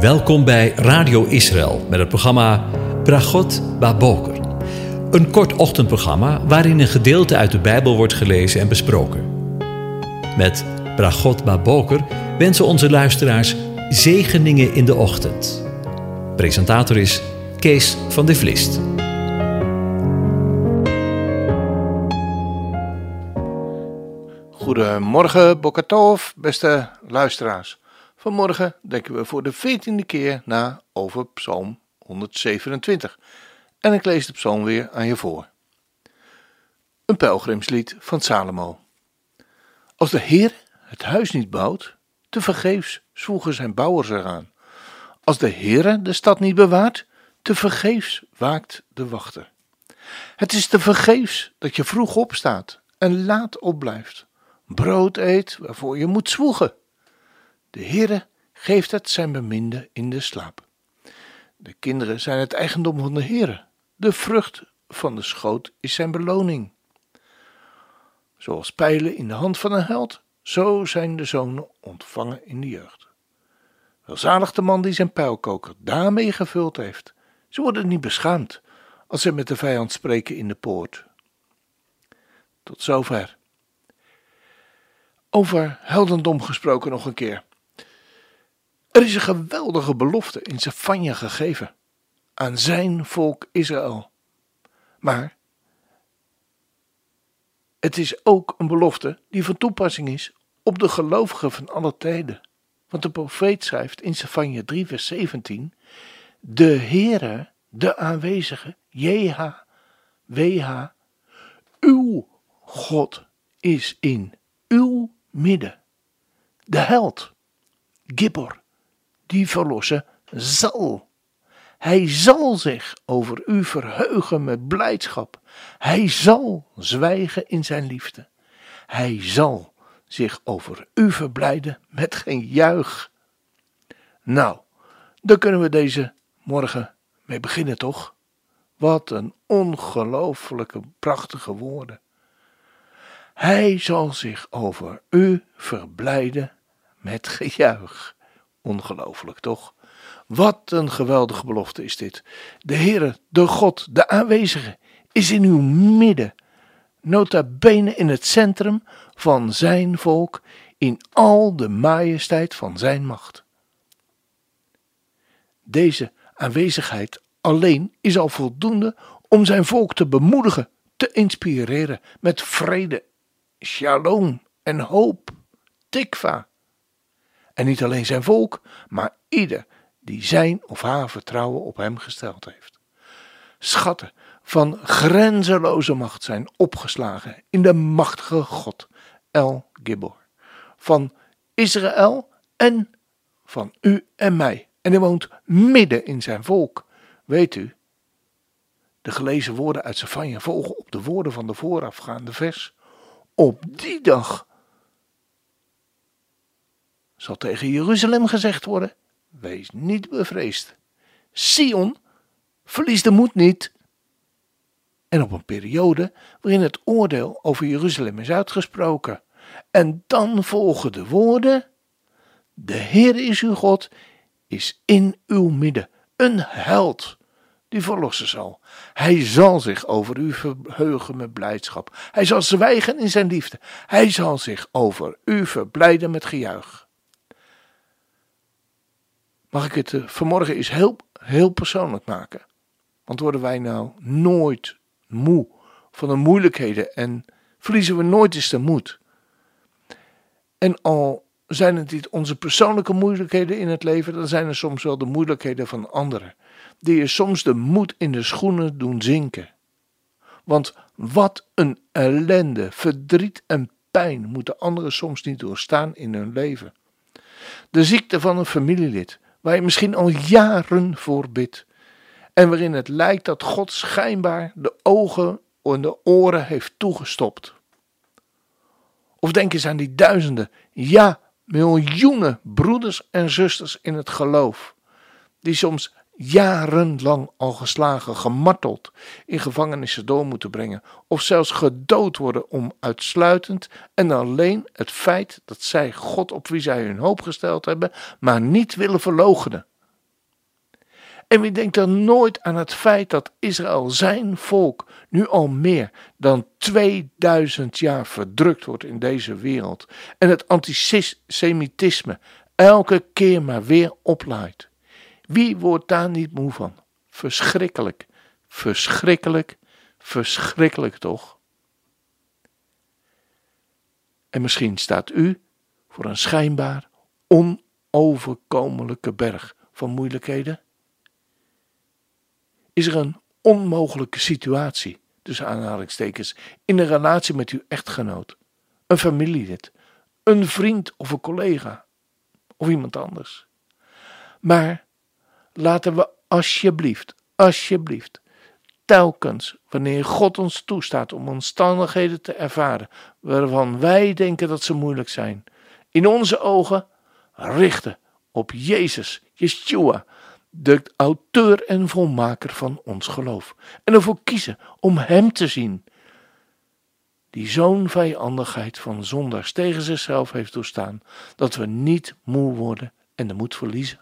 Welkom bij Radio Israël met het programma Bragot Baboker. Een kort ochtendprogramma waarin een gedeelte uit de Bijbel wordt gelezen en besproken. Met Bragot Baboker wensen onze luisteraars zegeningen in de ochtend. Presentator is Kees van de Vlist. Goedemorgen, Boker Tov, beste luisteraars. Vanmorgen denken we voor de 14e keer na over Psalm 127. En ik lees de psalm weer aan je voor. Een pelgrimslied van Salomo. Als de Heer het huis niet bouwt, tevergeefs zwoegen zijn bouwers eraan. Als de Heer de stad niet bewaart, tevergeefs waakt de wachter. Het is tevergeefs dat je vroeg opstaat en laat opblijft. Brood eet waarvoor je moet zwoegen. De Heere geeft het zijn beminde in de slaap. De kinderen zijn het eigendom van de Heere. De vrucht van de schoot is zijn beloning. Zoals pijlen in de hand van een held, zo zijn de zonen ontvangen in de jeugd. Welzalig de man die zijn pijlkoker daarmee gevuld heeft. Ze worden niet beschaamd als ze met de vijand spreken in de poort. Tot zover. Over heldendom gesproken nog een keer. Er is een geweldige belofte in Zefanja gegeven aan zijn volk Israël. Maar het is ook een belofte die van toepassing is op de gelovigen van alle tijden. Want de profeet schrijft in Zefanja 3 vers 17: De Heere, de aanwezige, JHWH, uw God is in uw midden. De held, Gibbor, die verlossen zal. Hij zal zich over u verheugen met blijdschap. Hij zal zwijgen in zijn liefde. Hij zal zich over u verblijden met gejuich. Nou, daar kunnen we deze morgen mee beginnen, toch? Wat een ongelooflijke prachtige woorden. Hij zal zich over u verblijden met gejuich. Ongelooflijk, toch? Wat een geweldige belofte is dit. De Heere, de God, de aanwezige, is in uw midden. Nota bene in het centrum van zijn volk, in al de majesteit van zijn macht. Deze aanwezigheid alleen is al voldoende om zijn volk te bemoedigen, te inspireren met vrede, shalom en hoop, tikva. En niet alleen zijn volk, maar ieder die zijn of haar vertrouwen op hem gesteld heeft. Schatten van grenzeloze macht zijn opgeslagen in de machtige God, El Gibbor, van Israël en van u en mij. En hij woont midden in zijn volk. Weet u, de gelezen woorden uit Zefanja volgen op de woorden van de voorafgaande vers. Op die dag zal tegen Jeruzalem gezegd worden: wees niet bevreesd. Sion, verlies de moed niet. En op een periode waarin het oordeel over Jeruzalem is uitgesproken. En dan volgen de woorden: de Heer is uw God, is in uw midden, een held die verlossen zal. Hij zal zich over u verheugen met blijdschap. Hij zal zwijgen in zijn liefde. Hij zal zich over u verblijden met gejuich. Mag ik het vanmorgen eens heel persoonlijk maken? Want worden wij nou nooit moe van de moeilijkheden en verliezen we nooit eens de moed? En al zijn het niet onze persoonlijke moeilijkheden in het leven, dan zijn er soms wel de moeilijkheden van anderen, die je soms de moed in de schoenen doen zinken. Want wat een ellende, verdriet en pijn moeten anderen soms niet doorstaan in hun leven. De ziekte van een familielid, waar je misschien al jaren voor bidt. En waarin het lijkt dat God schijnbaar de ogen en de oren heeft toegestopt. Of denk eens aan die duizenden, ja, miljoenen broeders en zusters in het geloof. Die soms jarenlang al geslagen, gemarteld, in gevangenissen door moeten brengen. Of zelfs gedood worden om uitsluitend en alleen het feit dat zij God op wie zij hun hoop gesteld hebben, maar niet willen verloochenen. En wie denkt er nooit aan het feit dat Israël, zijn volk, nu al meer dan 2000 jaar verdrukt wordt in deze wereld. En het antisemitisme elke keer maar weer oplaait. Wie wordt daar niet moe van? Verschrikkelijk, verschrikkelijk, verschrikkelijk toch? En misschien staat u voor een schijnbaar onoverkomelijke berg van moeilijkheden. Is er een onmogelijke situatie, tussen aanhalingstekens, in een relatie met uw echtgenoot, een familielid, een vriend of een collega of iemand anders? Maar laten we alsjeblieft, telkens wanneer God ons toestaat om omstandigheden te ervaren waarvan wij denken dat ze moeilijk zijn, in onze ogen richten op Jezus, Yeshua, de auteur en volmaker van ons geloof. En ervoor kiezen om Hem te zien, die zo'n vijandigheid van zondaars tegen zichzelf heeft doorstaan, dat we niet moe worden en de moed verliezen.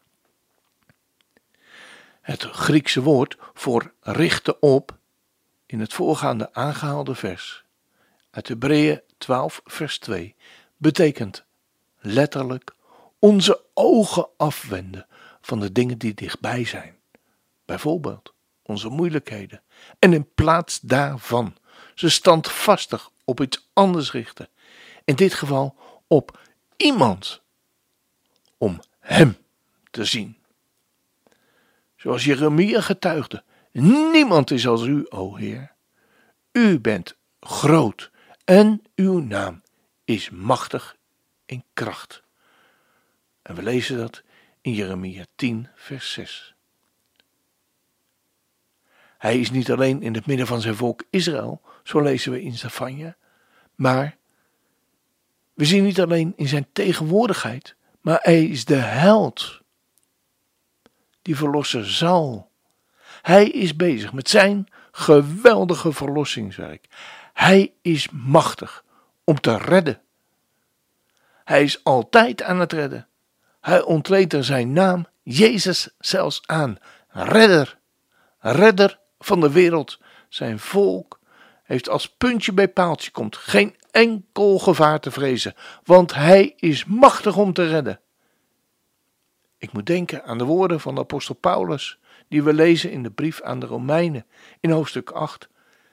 Het Griekse woord voor richten op, in het voorgaande aangehaalde vers, uit Hebreeën 12 vers 2, betekent letterlijk onze ogen afwenden van de dingen die dichtbij zijn. Bijvoorbeeld onze moeilijkheden. En in plaats daarvan ze standvastig op iets anders richten. In dit geval op iemand. Om Hem te zien. Zoals Jeremia getuigde. Niemand is als u, o Heer. U bent groot en uw naam is machtig in kracht. En we lezen dat in Jeremia 10 vers 6. Hij is niet alleen in het midden van zijn volk Israël, zo lezen we in Zefanja, maar we zien niet alleen in zijn tegenwoordigheid, maar hij is de held die verlossen zal. Hij is bezig met zijn geweldige verlossingswerk. Hij is machtig om te redden. Hij is altijd aan het redden. Hij ontleent er zijn naam, Jezus, zelfs aan. Redder van de wereld. Zijn volk heeft als puntje bij paaltje komt geen enkel gevaar te vrezen, want hij is machtig om te redden. Ik moet denken aan de woorden van de apostel Paulus, die we lezen in de brief aan de Romeinen in hoofdstuk 8.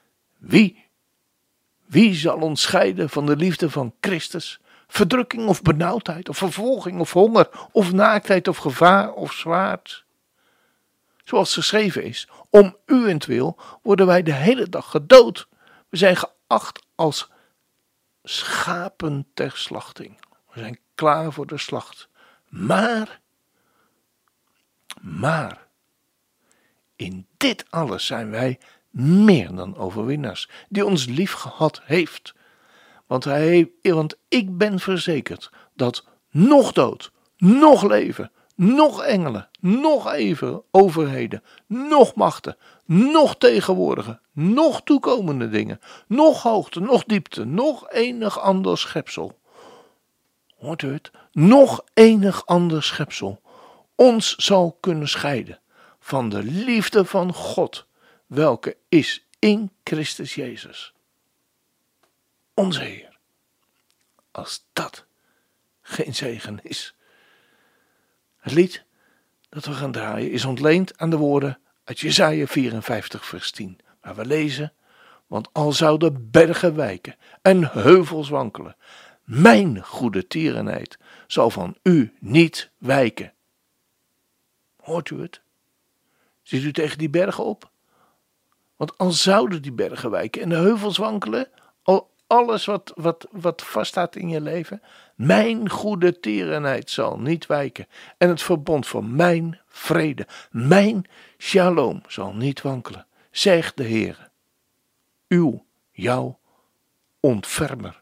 Wie zal ons scheiden van de liefde van Christus? Verdrukking of benauwdheid, of vervolging of honger, of naaktheid of gevaar of zwaard. Zoals geschreven is, om uwentwil worden wij de hele dag gedood. We zijn geacht als schapen ter slachting. We zijn klaar voor de slacht. Maar, in dit alles zijn wij meer dan overwinnaars, die ons lief gehad heeft. Want ik ben verzekerd dat nog dood, nog leven, nog engelen, nog even overheden, nog machten, nog tegenwoordige, nog toekomende dingen, nog hoogte, nog diepte, nog enig ander schepsel. Hoort u het? Nog enig ander schepsel ons zal kunnen scheiden van de liefde van God, welke is in Christus Jezus, onze Heer. Als dat geen zegen is. Het lied dat we gaan draaien is ontleend aan de woorden uit Jesaja 54 vers 10, waar we lezen: want al zouden bergen wijken en heuvels wankelen, mijn goede tierenheid zal van u niet wijken. Hoort u het? Ziet u tegen die bergen op? Want al zouden die bergen wijken en de heuvels wankelen, alles wat vaststaat in je leven, mijn goede tierenheid zal niet wijken. En het verbond van mijn vrede, mijn shalom zal niet wankelen, zegt de Heer, jouw ontfermer.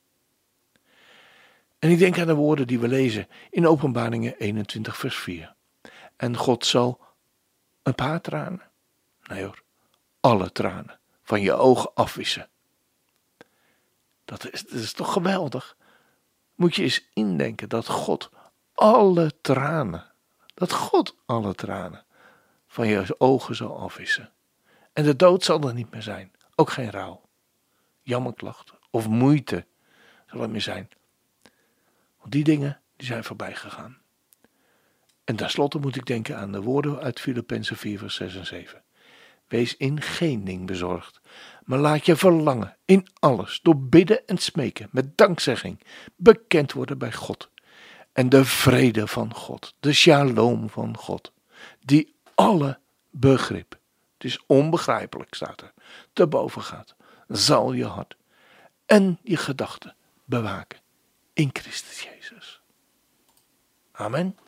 En ik denk aan de woorden die we lezen in Openbaringen 21 vers 4. En God zal een paar tranen, nee hoor, alle tranen van je ogen afwissen. Dat is toch geweldig? Moet je eens indenken dat God alle tranen van je ogen zal afwissen. En de dood zal er niet meer zijn, ook geen rouw, jammerklachten of moeite zal er meer zijn. Want die dingen die zijn voorbij gegaan. En tenslotte moet ik denken aan de woorden uit Filippenzen 4 vers 6 en 7. Wees in geen ding bezorgd, maar laat je verlangen in alles door bidden en smeken met dankzegging bekend worden bij God. En de vrede van God, de shalom van God, die alle begrip, het is onbegrijpelijk staat er, te boven gaat, zal je hart en je gedachten bewaken in Christus Jezus. Amen.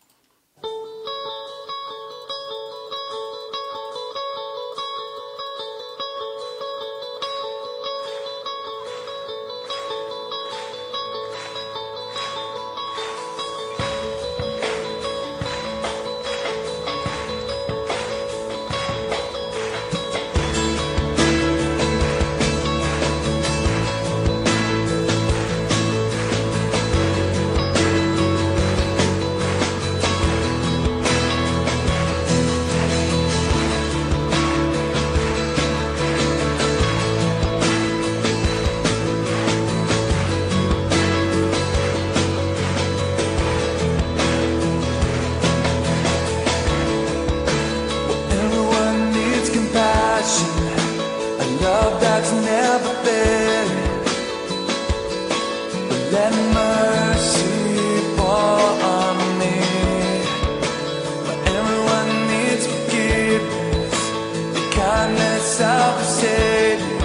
Let mercy fall on me. But everyone needs forgiveness, the kindness of the Savior,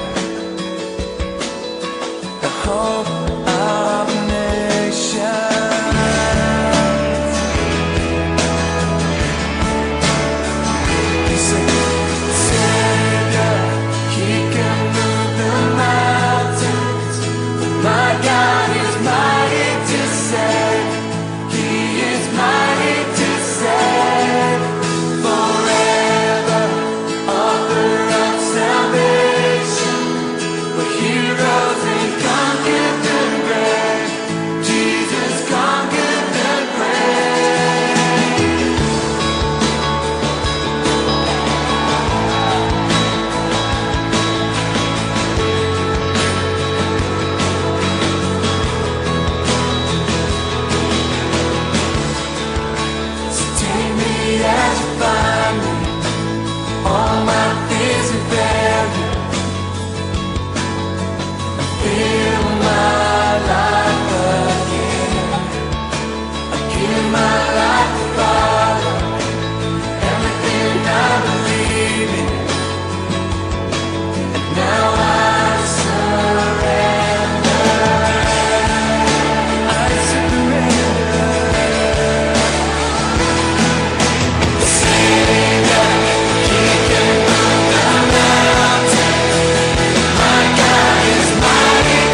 the hope of nations. He said, Savior, He can move the mountains. My God is mighty to save. He is mighty to save. Forever, author of salvation. For He rose and conquered the grave. Jesus conquered the grave. So take me as you find me. All my fears and failure. Fill my life again. I give my life to Father. Everything I believe in. And now I surrender. I surrender. Savior, He can move the mountains. My God is mighty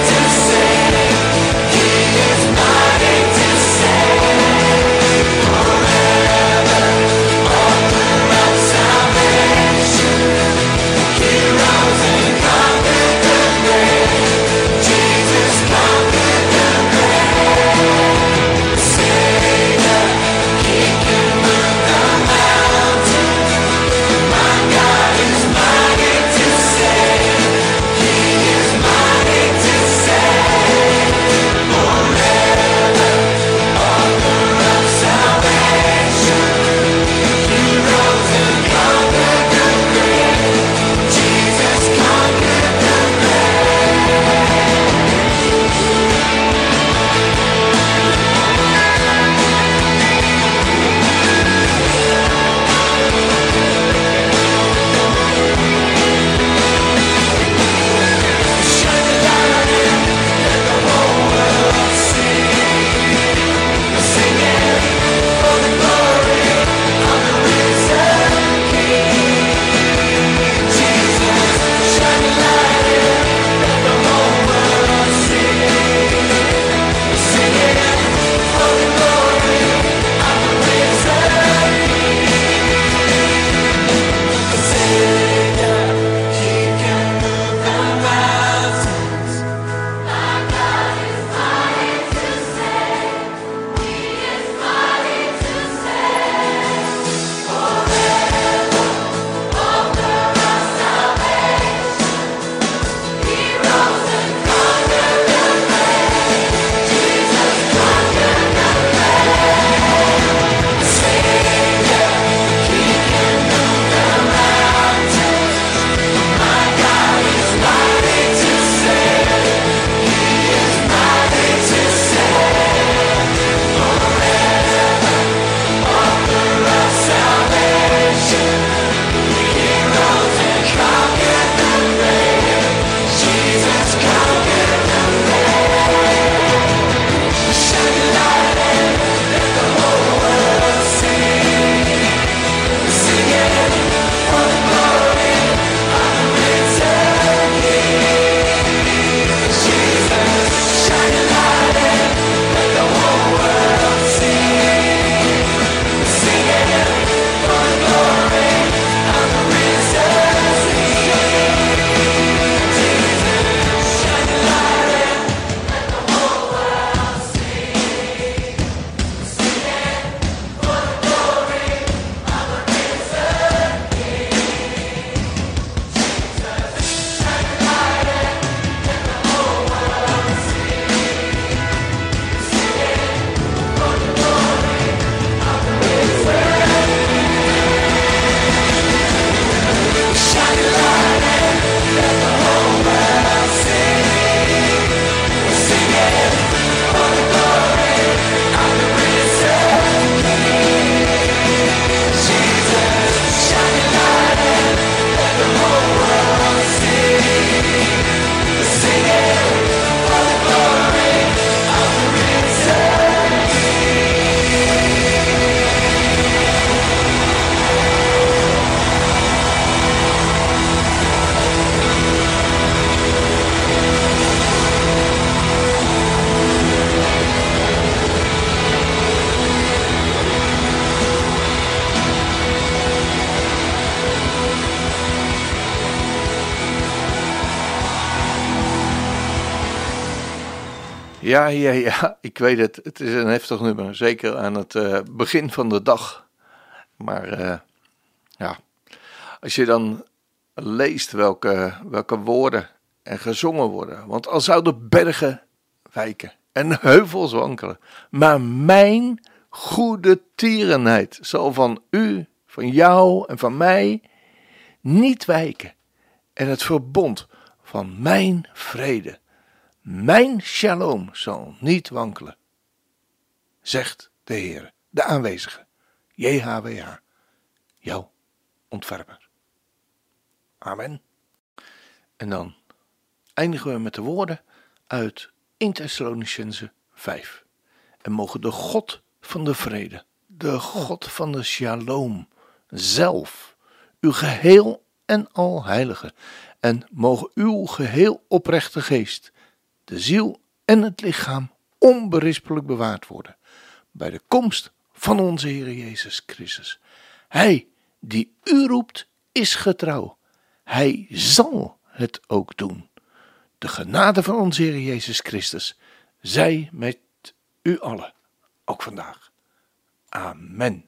Ja, ik weet het. Het is een heftig nummer, zeker aan het begin van de dag. Maar als je dan leest welke woorden er gezongen worden. Want al zouden bergen wijken en heuvels wankelen, maar mijn goede tierenheid zal van u, van jou en van mij niet wijken. En het verbond van mijn vrede, mijn shalom zal niet wankelen, zegt de Heer, de aanwezige, JHWH, jouw ontfermer. Amen. En dan eindigen we met de woorden uit 1 Thessalonicenzen 5. En mogen de God van de vrede, de God van de shalom, zelf, uw geheel en al heilige, en mogen uw geheel oprechte geest, de ziel en het lichaam onberispelijk bewaard worden, bij de komst van onze Heer Jezus Christus. Hij die u roept is getrouw. Hij zal het ook doen. De genade van onze Heer Jezus Christus zij met u allen, ook vandaag. Amen.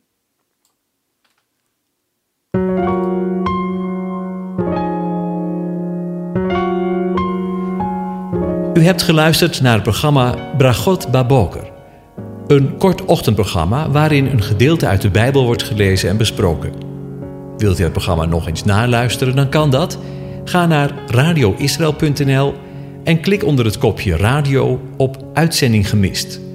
U hebt geluisterd naar het programma Bragot Baboker. Een kort ochtendprogramma waarin een gedeelte uit de Bijbel wordt gelezen en besproken. Wilt u het programma nog eens naluisteren, dan kan dat. Ga naar radioisrael.nl en klik onder het kopje radio op Uitzending gemist.